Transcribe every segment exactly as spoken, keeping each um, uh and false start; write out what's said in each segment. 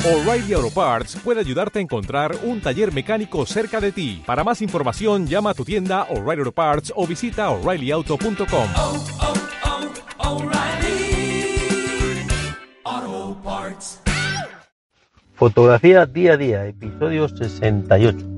O'Reilly Auto Parts puede ayudarte a encontrar un taller mecánico cerca de ti. Para más información, llama a tu tienda O'Reilly Auto Parts o visita O'Reilly Auto punto com. Oh, oh, oh, O'Reilly Auto Parts. Fotografía día a día, episodio sesenta y ocho.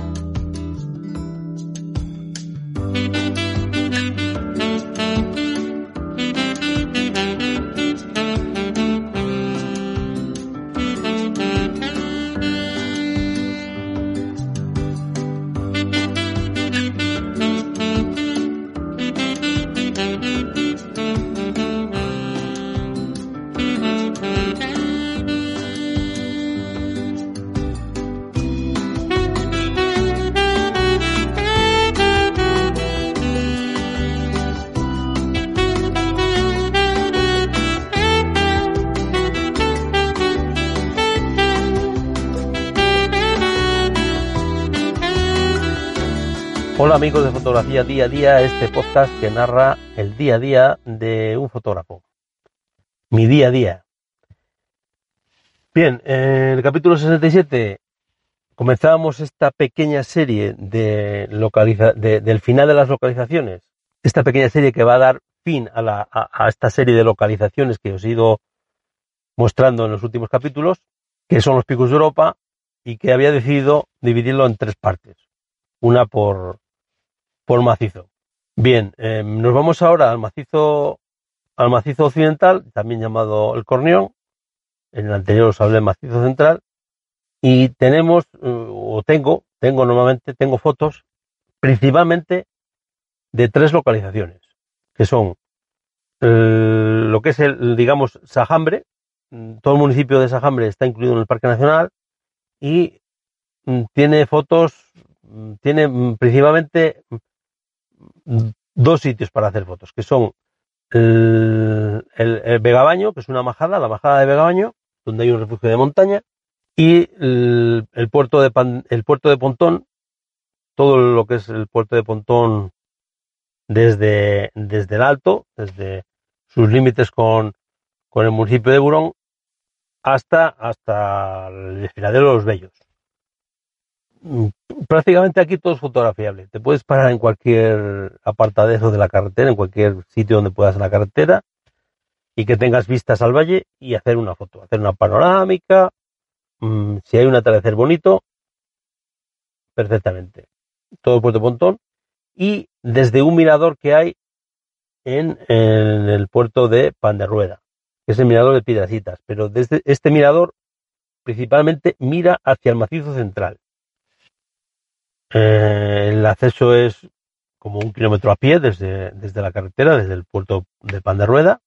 Hola amigos de Fotografía Día a Día, este podcast que narra el día a día de un fotógrafo. Mi día a día. Bien, en el capítulo sesenta y siete comenzábamos esta pequeña serie de localiza de, del final de las localizaciones. Esta pequeña serie que va a dar fin a, la, a, a esta serie de localizaciones que os he ido mostrando en los últimos capítulos, que son los picos de Europa, y que había decidido dividirlo en tres partes. Una por... por macizo. Bien, eh, nos vamos ahora al macizo al macizo occidental, también llamado el Cornión. En el anterior os hablé del macizo central. Y tenemos, eh, o tengo, tengo normalmente, tengo fotos principalmente de tres localizaciones, que son eh, lo que es el, digamos, Sajambre. Todo el municipio de Sajambre está incluido en el Parque Nacional y mm, tiene fotos, mm, tiene mm, principalmente dos sitios para hacer fotos, que son el, el, el Vegabaño, que es una majada, la majada de Vegabaño, donde hay un refugio de montaña, y el, el puerto de Pan, el puerto de Pontón, todo lo que es el puerto de Pontón desde, desde el Alto, desde sus límites con, con el municipio de Burón, hasta, hasta el desfiladero de los Bellos. Prácticamente aquí todo es fotografiable. Te puedes parar en cualquier apartadero de la carretera, en cualquier sitio donde puedas en la carretera y que tengas vistas al valle y hacer una foto, hacer una panorámica. Mmm, si hay un atardecer bonito, perfectamente. Todo el puerto de Pontón y desde un mirador que hay en, en el puerto de Pan de Rueda, que es el mirador de Piedrasitas, pero desde este mirador principalmente mira hacia el macizo central. Eh, el acceso es como un kilómetro a pie desde, desde la carretera, desde el puerto de Pan de Rueda.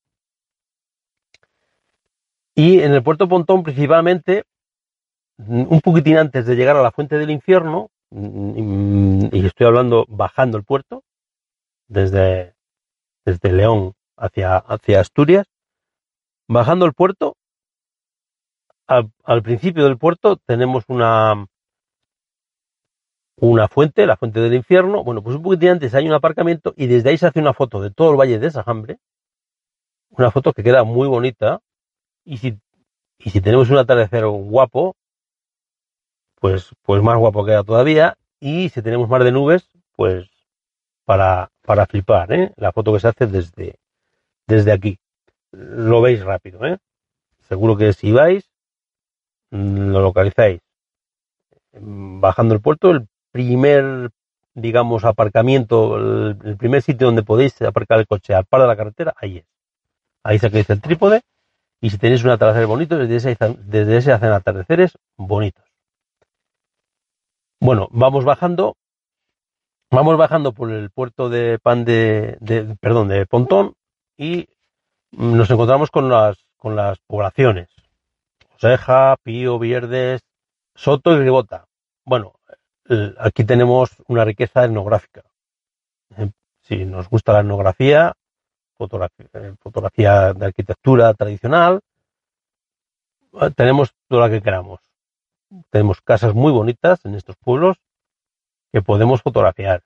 Y en el puerto Pontón, principalmente, un poquitín antes de llegar a la Fuente del Infierno, y estoy hablando bajando el puerto, desde, desde León hacia, hacia Asturias, bajando el puerto, al, al principio del puerto tenemos una... una fuente, la Fuente del Infierno. Bueno, pues un poquitín antes hay un aparcamiento y desde ahí se hace una foto de todo el valle de Sajambre, una foto que queda muy bonita y si, y si tenemos un atardecer guapo, pues, pues más guapo queda todavía y si tenemos mar de nubes, pues para, para flipar, ¿eh? La foto que se hace desde, desde aquí. Lo veis rápido, ¿eh? Seguro que si vais, lo localizáis. Bajando el puerto, el primer, digamos, aparcamiento, el, el primer sitio donde podéis aparcar el coche al par de la carretera, ahí es. Ahí sacáis el trípode y si tenéis un atardecer bonito, desde ese, desde ese hacen atardeceres bonitos. Bueno, vamos bajando, vamos bajando por el puerto de Pan de, de perdón, de Pontón y nos encontramos con las, con las poblaciones. Oseja, Pío, Vierdes, Soto y Ribota. Bueno, aquí tenemos una riqueza etnográfica. Si nos gusta la etnografía, fotografía, fotografía de arquitectura tradicional, tenemos todo lo que queramos. Tenemos casas muy bonitas en estos pueblos que podemos fotografiar.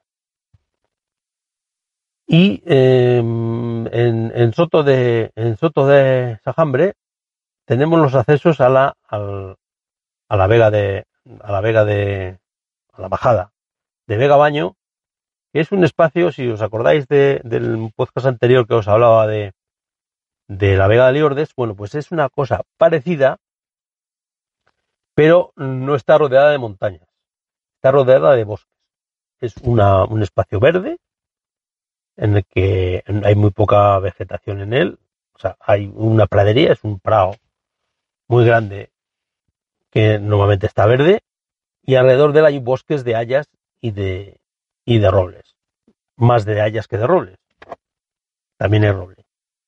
Y eh, en, en Soto de en Soto de Sajambre tenemos los accesos a la, al, a la vega de, a la vega de, a la bajada de Vega Baño, que es un espacio, si os acordáis de, del podcast anterior que os hablaba de, de la Vega de Liordes, bueno, pues es una cosa parecida, pero no está rodeada de montañas, está rodeada de bosques. Es una, un espacio verde en el que hay muy poca vegetación en él, o sea, hay una pradería, es un prado muy grande que normalmente está verde, y alrededor de él hay bosques de hayas y de, y de robles, más de hayas que de robles, también hay roble.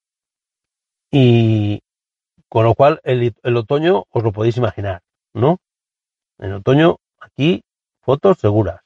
Y con lo cual el, el otoño os lo podéis imaginar, ¿no? En otoño aquí fotos seguras.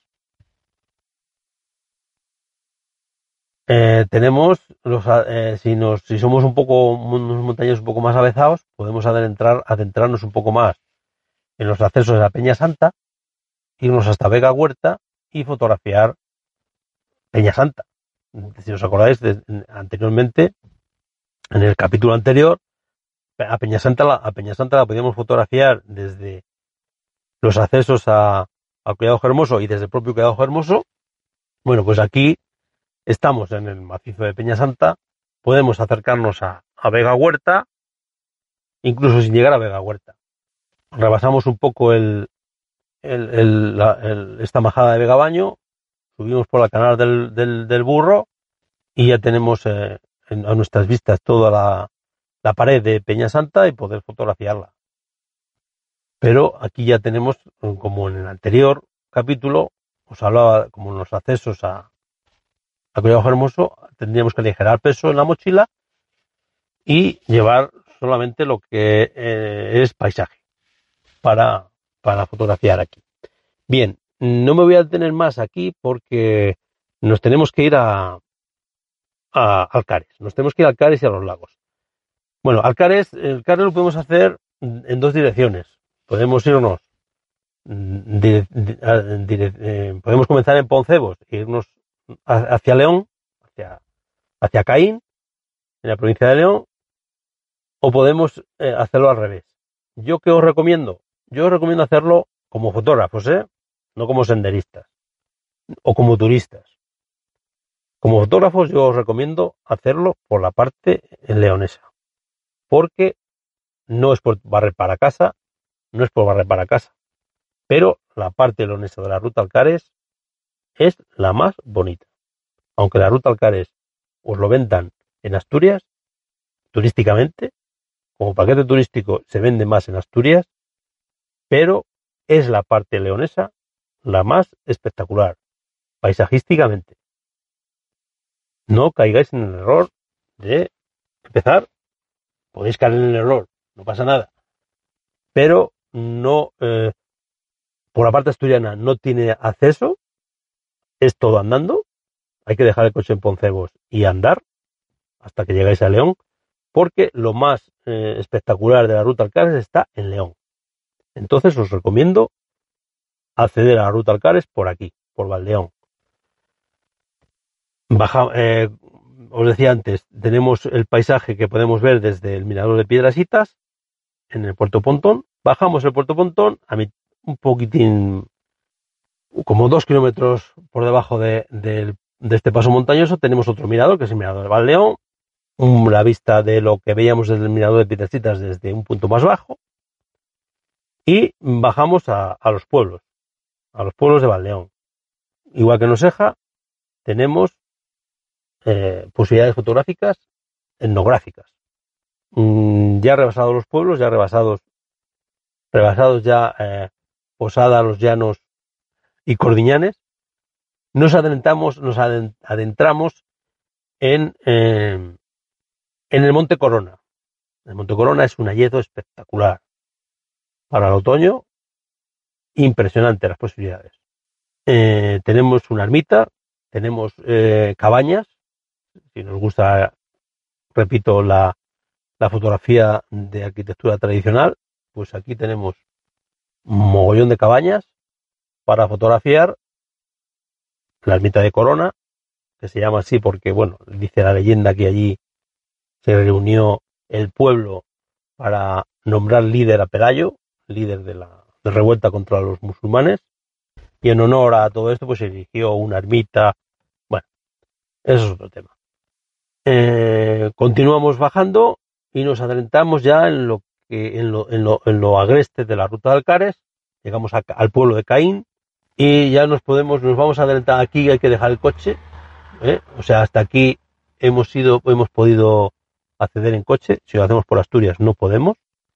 Eh, tenemos los, eh, si nos si somos un poco unos montañeros un poco más avezados, podemos adentrar adentrarnos un poco más en los accesos de la Peña Santa, irnos hasta Vega Huerta y fotografiar Peña Santa. Si os acordáis de, anteriormente, en el capítulo anterior, a Peña Santa la, a Peña Santa la podíamos fotografiar desde los accesos a, al Collado Hermoso y desde el propio Collado Hermoso. Bueno, pues aquí estamos en el macizo de Peña Santa, podemos acercarnos a, a Vega Huerta, incluso sin llegar a Vega Huerta. Rebasamos un poco el, el, el, la, el, esta majada de Vega Baño, subimos por la canal del, del, del Burro y ya tenemos eh, en, a nuestras vistas toda la, la pared de Peña Santa y poder fotografiarla. Pero aquí ya tenemos, como en el anterior capítulo, os hablaba como en los accesos a, a Collado Hermoso, tendríamos que aligerar peso en la mochila y llevar solamente lo que eh, es paisaje para, para fotografiar aquí. Bien, no me voy a detener más aquí porque nos tenemos que ir a, a Alcares, nos tenemos que ir a Alcares y a los lagos. Bueno, Alcares, el Alcares lo podemos hacer en dos direcciones. Podemos irnos, dire, dire, eh, podemos comenzar en Poncebos e irnos hacia León, hacia, hacia Caín, en la provincia de León, o podemos eh, hacerlo al revés. ¿Yo qué os recomiendo? Yo os recomiendo hacerlo como fotógrafos, ¿eh? No como senderistas o como turistas. Como fotógrafos yo os recomiendo hacerlo por la parte leonesa, porque no es por barrer para casa, no es por barrer para casa, pero la parte leonesa de la ruta Alcares es la más bonita. Aunque la ruta Alcares os lo vendan en Asturias, turísticamente, como paquete turístico se vende más en Asturias, pero es la parte leonesa la más espectacular, paisajísticamente. No caigáis en el error de empezar, podéis caer en el error, no pasa nada, pero no, eh, por la parte asturiana no tiene acceso, es todo andando, hay que dejar el coche en Poncebos y andar hasta que llegáis a León, porque lo más eh, espectacular de la ruta Alcares está en León. Entonces os recomiendo acceder a la ruta Alcares por aquí, por Valdeón. Baja, eh, os decía antes, tenemos el paisaje que podemos ver desde el mirador de Piedrasitas en el Puerto Pontón. Bajamos el Puerto Pontón a mi, un poquitín, como dos kilómetros por debajo de, de, de este paso montañoso, tenemos otro mirador, que es el mirador de Valdeón, un, la vista de lo que veíamos desde el mirador de Piedrasitas desde un punto más bajo, y bajamos a, a los pueblos, a los pueblos de Valdeón. Igual que en Oseja, tenemos eh, posibilidades fotográficas etnográficas. Mm, ya rebasados los pueblos, ya rebasados, rebasados ya eh, Posada, Los Llanos y Cordiñanes, nos adentramos, nos adentramos en, eh, en el Monte Corona. El Monte Corona es un hayedo espectacular. Para el otoño, impresionante las posibilidades. Eh, tenemos una ermita, tenemos eh, cabañas, si nos gusta, repito, la, la fotografía de arquitectura tradicional, pues aquí tenemos un mogollón de cabañas para fotografiar la ermita de Corona, que se llama así porque, bueno, dice la leyenda que allí se reunió el pueblo para nombrar líder a Pelayo, líder de la de revuelta contra los musulmanes, y en honor a todo esto pues se erigió una ermita. Bueno, eso es otro tema. Eh, continuamos bajando y nos adelantamos ya en lo que en lo, en lo, en lo agreste de la ruta de Alcares. Llegamos a, al pueblo de Caín y ya nos podemos nos vamos a adelantar. Aquí hay que dejar el coche, ¿eh? O sea, hasta aquí hemos ido hemos podido acceder en coche. Si lo hacemos por Asturias no podemos.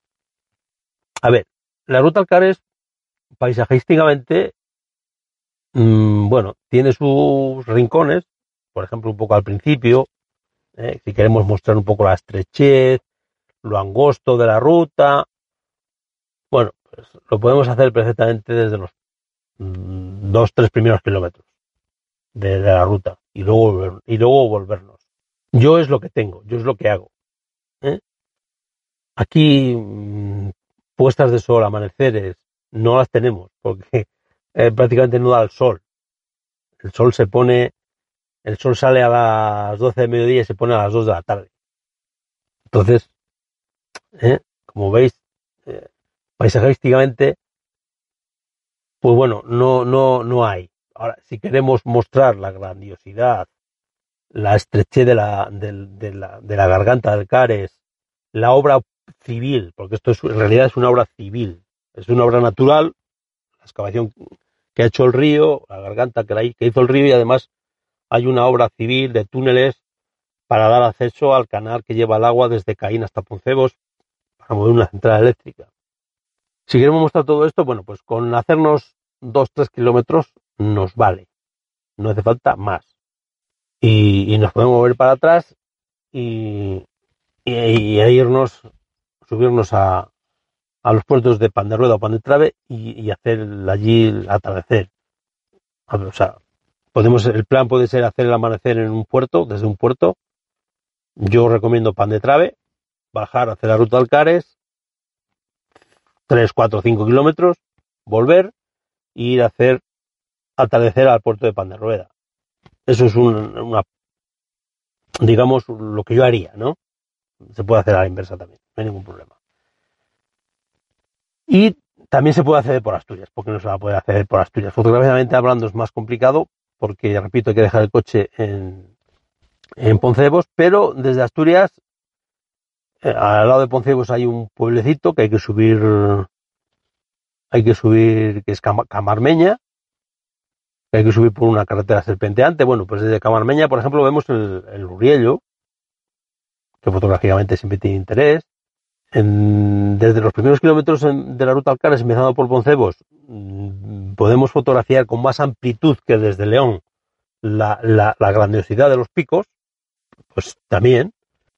A ver, la ruta Alcares paisajísticamente, mmm, bueno, tiene sus rincones, por ejemplo, un poco al principio, ¿eh? Si queremos mostrar un poco la estrechez, lo angosto de la ruta, bueno, pues lo podemos hacer perfectamente desde los mmm, dos, tres primeros kilómetros de, de la ruta y luego, y luego volvernos. Yo es lo que tengo, yo es lo que hago, ¿eh? Aquí, mmm, puestas de sol, amaneceres, no las tenemos porque eh, prácticamente no da el sol. El sol se pone, el sol sale a las doce de mediodía y se pone a las dos de la tarde. Entonces, ¿eh? Como veis, eh, paisajísticamente, pues bueno, no, no, no hay. Ahora, si queremos mostrar la grandiosidad, la estrechez de la, de, de la, de la garganta del Alcares, la obra civil, porque esto es, en realidad es una obra civil, es una obra natural, la excavación que ha hecho el río, la garganta que, la, que hizo el río, y además hay una obra civil de túneles para dar acceso al canal que lleva el agua desde Caín hasta Poncebos para mover una central eléctrica. Si queremos mostrar todo esto, bueno, pues con hacernos dos tres kilómetros nos vale, no hace falta más. Y, y nos podemos mover para atrás y, y, y a irnos, subirnos a, a los puertos de Pan de Rueda o Pan de Trave y, y hacer allí el atardecer. O sea, podemos, el plan puede ser hacer el amanecer en un puerto, desde un puerto. Yo recomiendo Pan de Trave, bajar, hacer la ruta Alcares, tres, cuatro, cinco kilómetros, volver e ir a hacer atardecer al puerto de Pan de Rueda. Eso es un, una, digamos, lo que yo haría, ¿no? Se puede hacer a la inversa también, no hay ningún problema. Y también se puede acceder por Asturias, porque no se va a poder acceder por Asturias. Fotográficamente hablando es más complicado, porque, repito, hay que dejar el coche en, en Poncebos, pero desde Asturias, eh, al lado de Poncebos hay un pueblecito que hay que subir, hay que subir, que es Cam- Camarmeña, que hay que subir por una carretera serpenteante. Bueno, pues desde Camarmeña, por ejemplo, vemos el, el Urriello, que fotográficamente siempre tiene interés. En, desde los primeros kilómetros en, de la ruta Alcares, empezando por Poncebos, mmm, podemos fotografiar con más amplitud que desde León la, la, la grandiosidad de los picos, pues también.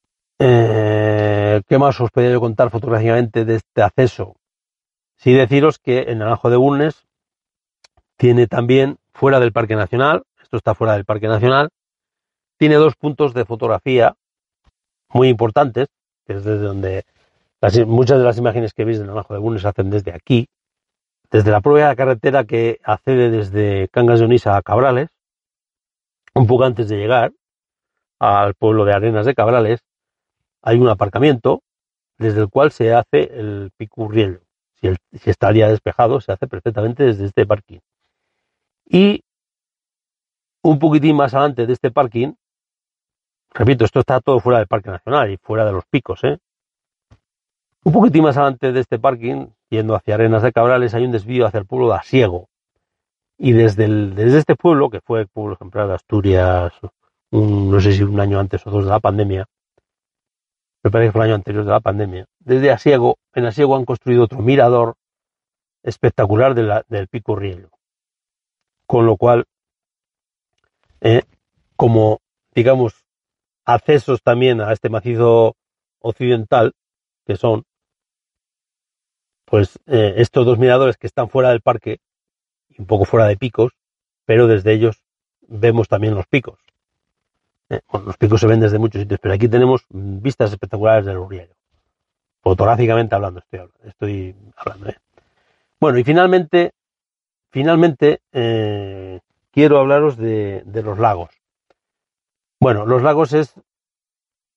Eh, ¿Qué más os podría contar fotográficamente de este acceso? Sí, deciros que el Naranjo de Bulnes tiene también, fuera del Parque Nacional, esto está fuera del Parque Nacional, tiene dos puntos de fotografía muy importantes, que es desde donde las, muchas de las imágenes que veis del Naranjo de Bulnes se hacen desde aquí, desde la propia carretera que accede desde Cangas de Onís a Cabrales, un poco antes de llegar al pueblo de Arenas de Cabrales, hay un aparcamiento desde el cual se hace el Pico Urriello. Si, el, si estaría despejado, se hace perfectamente desde este parking. Y un poquitín más adelante de este parking, repito, esto está todo fuera del Parque Nacional y fuera de los picos, ¿eh? Un poquitín más adelante de este parking, yendo hacia Arenas de Cabrales, hay un desvío hacia el pueblo de Asiego. Y desde, el, desde este pueblo, que fue el pueblo ejemplar de Asturias, un, no sé si un año antes o dos de la pandemia, me parece que fue el año anterior de la pandemia, desde Asiego, en Asiego han construido otro mirador espectacular de la, del Pico Urriello. Con lo cual, eh, como, digamos, accesos también a este macizo occidental, que son, pues, eh, estos dos miradores que están fuera del parque, y un poco fuera de picos, pero desde ellos vemos también los picos. Eh, bueno, los picos se ven desde muchos sitios, pero aquí tenemos vistas espectaculares del Urriello. Fotográficamente hablando, estoy hablando. Estoy hablando ¿eh? Bueno, y finalmente, finalmente eh, quiero hablaros de, de los lagos. Bueno, los lagos es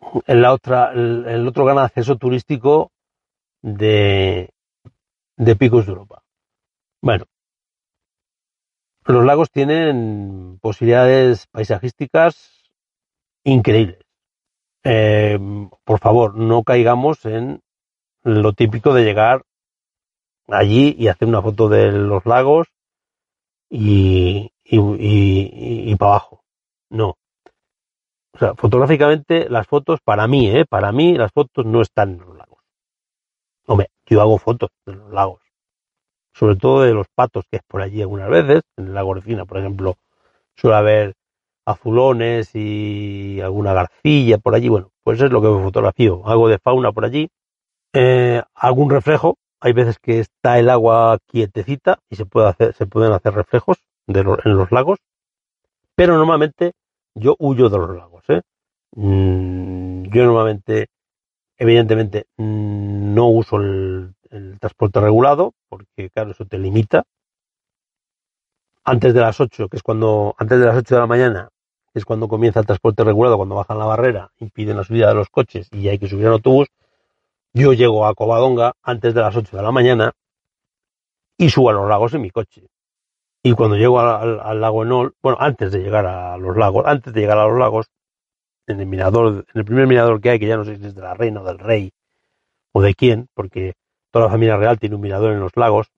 en la otra, el, el otro gran acceso turístico de, de Picos de Europa. Bueno, los lagos tienen posibilidades paisajísticas increíbles. Eh, por favor, no caigamos en lo típico de llegar allí y hacer una foto de los lagos y, y, y, y para abajo. No. O sea, fotográficamente las fotos, para mí, ¿eh? Para mí las fotos no están en los lagos. Hombre, yo hago fotos de los lagos. Sobre todo de los patos que es por allí algunas veces. En el lago Orcina, por ejemplo, suele haber azulones y alguna garcilla por allí. Bueno, pues es lo que me fotografío. Hago de fauna por allí. Eh, algún reflejo. Hay veces que está el agua quietecita y se puede hacer, se pueden hacer reflejos de los, en los lagos. Pero normalmente yo huyo de los lagos, ¿eh? Mm, yo normalmente, evidentemente, mm, no uso el, el transporte regulado, porque claro, eso te limita. Antes de las ocho, que es cuando, antes de las ocho de la mañana, es cuando comienza el transporte regulado, cuando bajan la barrera, impiden la subida de los coches y hay que subir en autobús. Yo llego a Covadonga antes de las ocho de la mañana y subo a los lagos en mi coche. Y cuando llego al, al, al lago Enol, bueno, antes de llegar a los lagos, antes de llegar a los lagos, en el mirador, en el primer mirador que hay, que ya no sé si es de la reina o del rey o de quién, porque toda la familia real tiene un mirador en los lagos.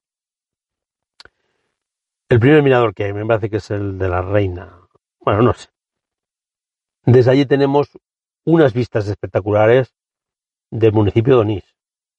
El primer mirador que hay, me parece que es el de la reina. Bueno, no sé. Desde allí tenemos unas vistas espectaculares del municipio de Onís.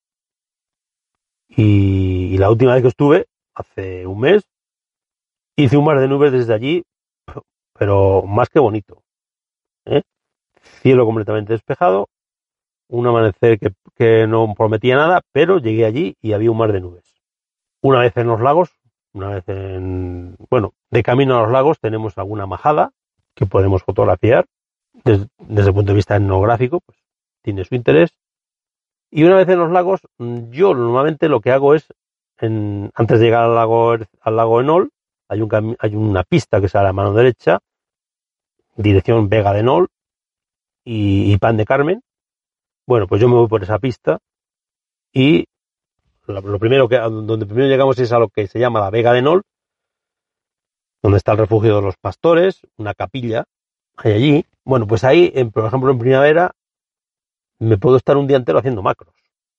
Y, y la última vez que estuve, hace un mes, hice un mar de nubes desde allí, pero más que bonito, ¿eh? Cielo completamente despejado, un amanecer que, que no prometía nada, pero llegué allí y había un mar de nubes. Una vez en los lagos, una vez en, bueno, de camino a los lagos tenemos alguna majada que podemos fotografiar desde, desde el punto de vista etnográfico, pues tiene su interés. Y una vez en los lagos, yo normalmente lo que hago es, en, antes de llegar al lago, al lago Enol, hay, un, hay una pista que sale a la mano derecha, dirección Vega de Enol y, y Pan de Carmen. Bueno, pues yo me voy por esa pista y lo, lo primero que, donde primero llegamos es a lo que se llama la Vega de Enol, donde está el refugio de los pastores, una capilla, hay allí. Bueno, pues ahí, en, por ejemplo, en primavera, me puedo estar un día entero haciendo macros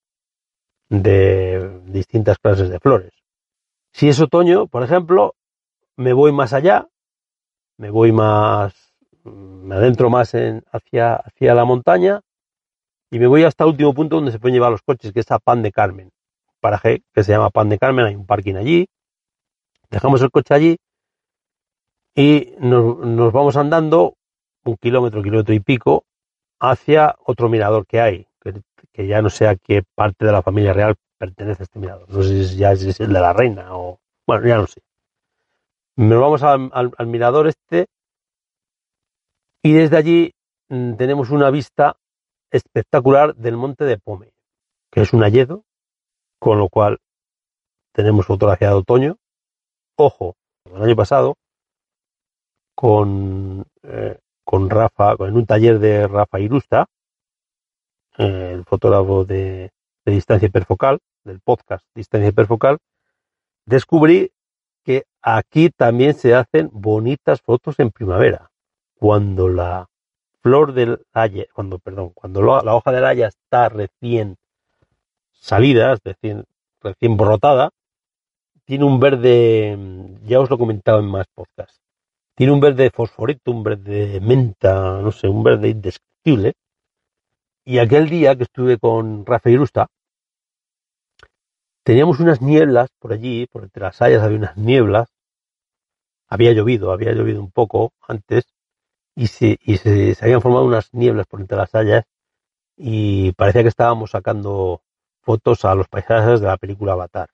de distintas clases de flores. Si es otoño, por ejemplo, me voy más allá, me voy más, me adentro más en, hacia, hacia la montaña y me voy hasta el último punto donde se pueden llevar los coches, que es a Pan de Carmen, un paraje que se llama Pan de Carmen, hay un parking allí, dejamos el coche allí y nos, nos vamos andando un kilómetro, kilómetro y pico hacia otro mirador que hay, que, que ya no sé a qué parte de la familia real pertenece a este mirador. No sé si ya es el de la reina o... Bueno, ya no sé. Nos vamos al, al, al mirador este y desde allí mmm, tenemos una vista espectacular del monte de Pome, que es un hayedo, con lo cual tenemos fotografía de otoño. Ojo, el año pasado, con... Eh, con Rafa, en un taller de Rafa Irusta, eh, el fotógrafo de, de Distancia Hiperfocal, del podcast Distancia Hiperfocal, descubrí que aquí también se hacen bonitas fotos en primavera, cuando la flor del haya, cuando, perdón, cuando la, la hoja del haya está recién salida, es decir, recién brotada, tiene un verde, ya os lo he comentado en más podcasts, tiene un verde fosforito, un verde menta, no sé, un verde indescriptible. Y aquel día que estuve con Rafa Irusta, teníamos unas nieblas por allí, por entre las hayas había unas nieblas. Había llovido, había llovido un poco antes, y se, y se, se habían formado unas nieblas por entre las hayas, y parecía que estábamos sacando fotos a los paisajes de la película Avatar.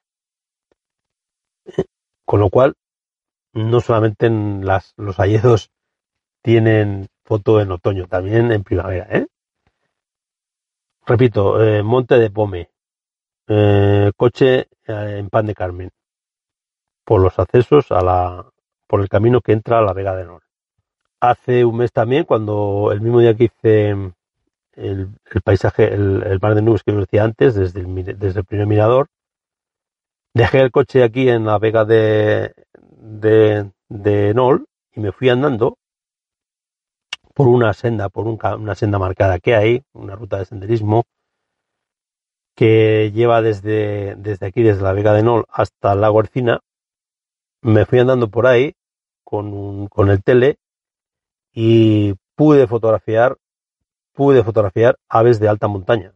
Con lo cual, no solamente en las, los hayedos tienen foto en otoño, también en primavera, ¿eh? Repito, eh, Monte de Pome, eh, coche eh, en Pan de Carmen, por los accesos a la, por el camino que entra a la Vega de Enol. Hace un mes también, cuando el mismo día que hice el, el paisaje, el, el mar de nubes que os decía antes, desde el, desde el primer mirador. Dejé el coche aquí en la Vega de, de, de Nol y me fui andando por una senda, por un, una senda marcada que hay, una ruta de senderismo que lleva desde, desde aquí, desde la Vega de Nol hasta el lago Ercina. Me fui andando por ahí con, un, con el tele y pude fotografiar, pude fotografiar aves de alta montaña.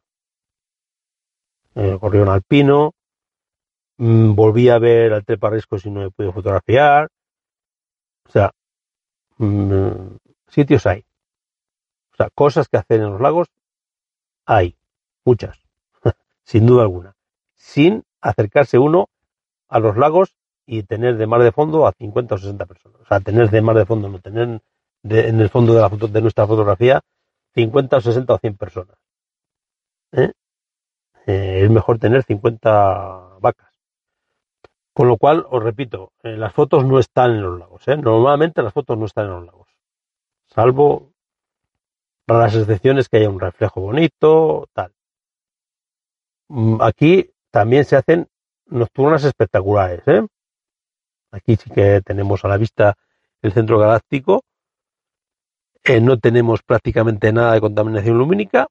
El gorrión alpino, mmm, volví a ver al treparriscos y no me pude fotografiar. O sea, mmm, sitios hay. O sea, cosas que hacer en los lagos hay, muchas, sin duda alguna. Sin acercarse uno a los lagos y tener de mar de fondo a cincuenta o sesenta personas. O sea, tener de mar de fondo, no tener de, en el fondo de, la foto, de nuestra fotografía cincuenta o sesenta o cien personas. ¿Eh? Eh, es mejor tener cincuenta vacas. Con lo cual, os repito, eh, las fotos no están en los lagos. ¿eh? Normalmente las fotos no están en los lagos. Salvo raras excepciones que haya un reflejo bonito, tal. Aquí también se hacen nocturnas espectaculares. ¿eh? Aquí sí que tenemos a la vista el centro galáctico. Eh, no tenemos prácticamente nada de contaminación lumínica.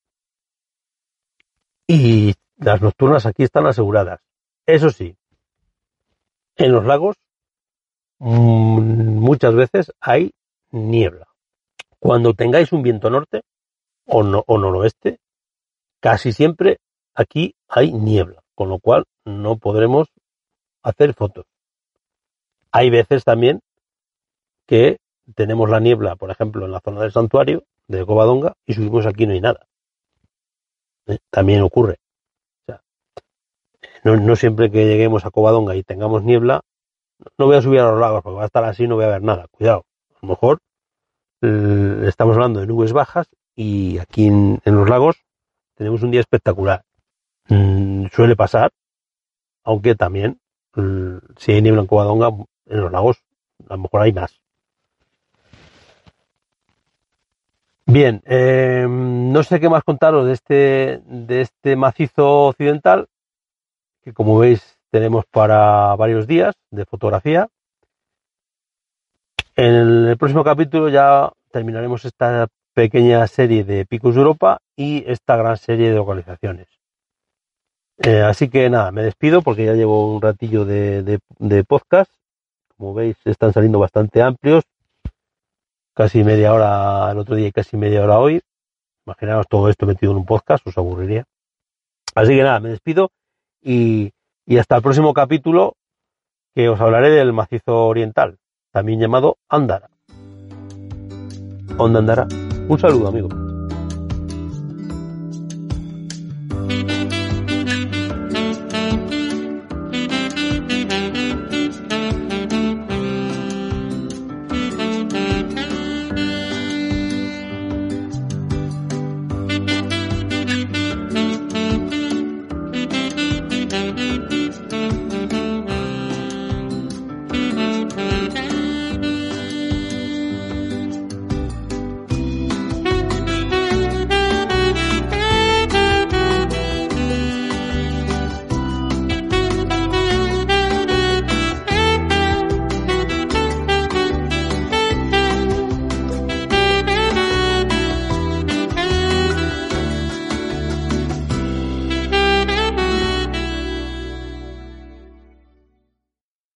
Y las nocturnas aquí están aseguradas. Eso sí, en los lagos mmm, muchas veces hay niebla. Cuando tengáis un viento norte o, no, o noroeste, casi siempre aquí hay niebla, con lo cual no podremos hacer fotos. Hay veces también que tenemos la niebla, por ejemplo, en la zona del santuario de Covadonga y subimos aquí y no hay nada. ¿Eh? También ocurre. O sea, no, no siempre que lleguemos a Covadonga y tengamos niebla, no voy a subir a los lagos porque va a estar así y no voy a ver nada. Cuidado, a lo mejor eh, estamos hablando de nubes bajas y aquí en, en los lagos tenemos un día espectacular. Mm, suele pasar, aunque también mm, si hay niebla en Covadonga, en los lagos a lo mejor hay más. Bien, eh, no sé qué más contaros de este, de este macizo occidental, que como veis tenemos para varios días de fotografía. En el próximo capítulo ya terminaremos esta pequeña serie de picos de Europa y esta gran serie de localizaciones. Eh, así que nada, me despido porque ya llevo un ratillo de, de, de podcast. Como veis están saliendo bastante amplios. Casi media hora el otro día y casi media hora hoy. Imaginaos todo esto metido en un podcast, os aburriría. Así que nada, me despido y, y hasta el próximo capítulo, que os hablaré del macizo oriental, también llamado Andara. Onda Andara. Un saludo, amigos.